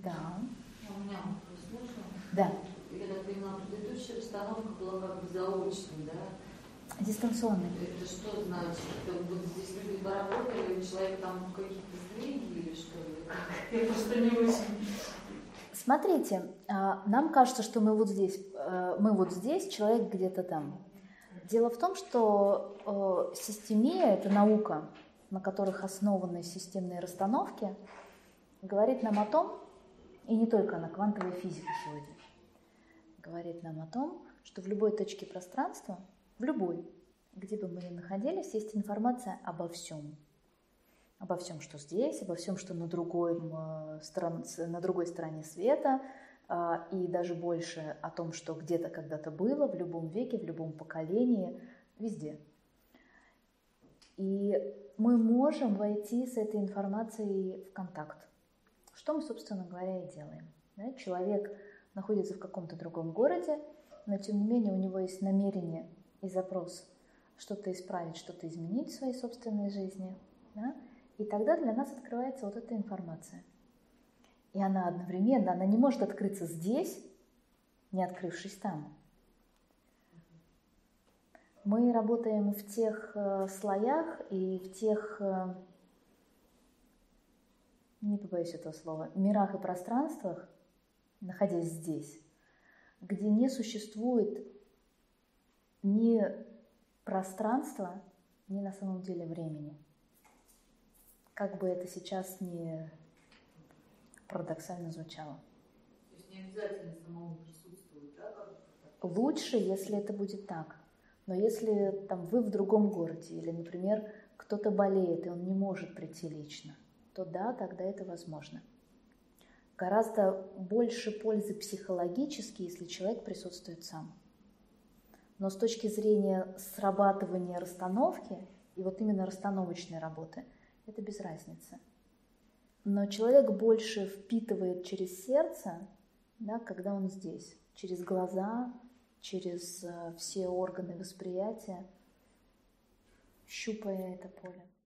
Да. У меня вопрос можно? Да. Я так понимаю, предыдущая расстановка была как бы заочной, да? Дистанционной. Это что значит? Это вот здесь люди поработали, человек там какие-то сдвиги или что ли? Я просто не очень... Смотрите, нам кажется, что мы вот здесь, человек где-то там. Дело в том, что системия – это наука, на которых основаны системные расстановки, говорит нам о том, и не только на квантовой физике сегодня, говорит нам о том, что в любой точке пространства, в любой, где бы мы ни находились, есть информация обо всем. Обо всем, что здесь, обо всем, что на другой стороне света, и даже больше о том, что где-то когда-то было, в любом веке, в любом поколении, везде. И мы можем войти с этой информацией в контакт. Что мы, собственно говоря, и делаем. Да? Человек находится в каком-то другом городе, но тем не менее у него есть намерение и запрос что-то исправить, что-то изменить в своей собственной жизни. Да? И тогда для нас открывается вот эта информация. И она одновременно, она не может открыться здесь, не открывшись там. Мы работаем в тех слоях и в тех, не побоюсь этого слова, мирах и пространствах, находясь здесь, где не существует ни пространства, ни на самом деле времени. Как бы это сейчас не парадоксально звучало. То есть не обязательно самому присутствовать, да? Лучше, если это будет так. Но если там, вы в другом городе, или, например, кто-то болеет, и он не может прийти лично, то да, тогда это возможно. Гораздо больше пользы психологически, если человек присутствует сам. Но с точки зрения срабатывания расстановки, и вот именно расстановочной работы, это без разницы. Но человек больше впитывает через сердце, да, когда он здесь, через глаза, через все органы восприятия, щупая это поле.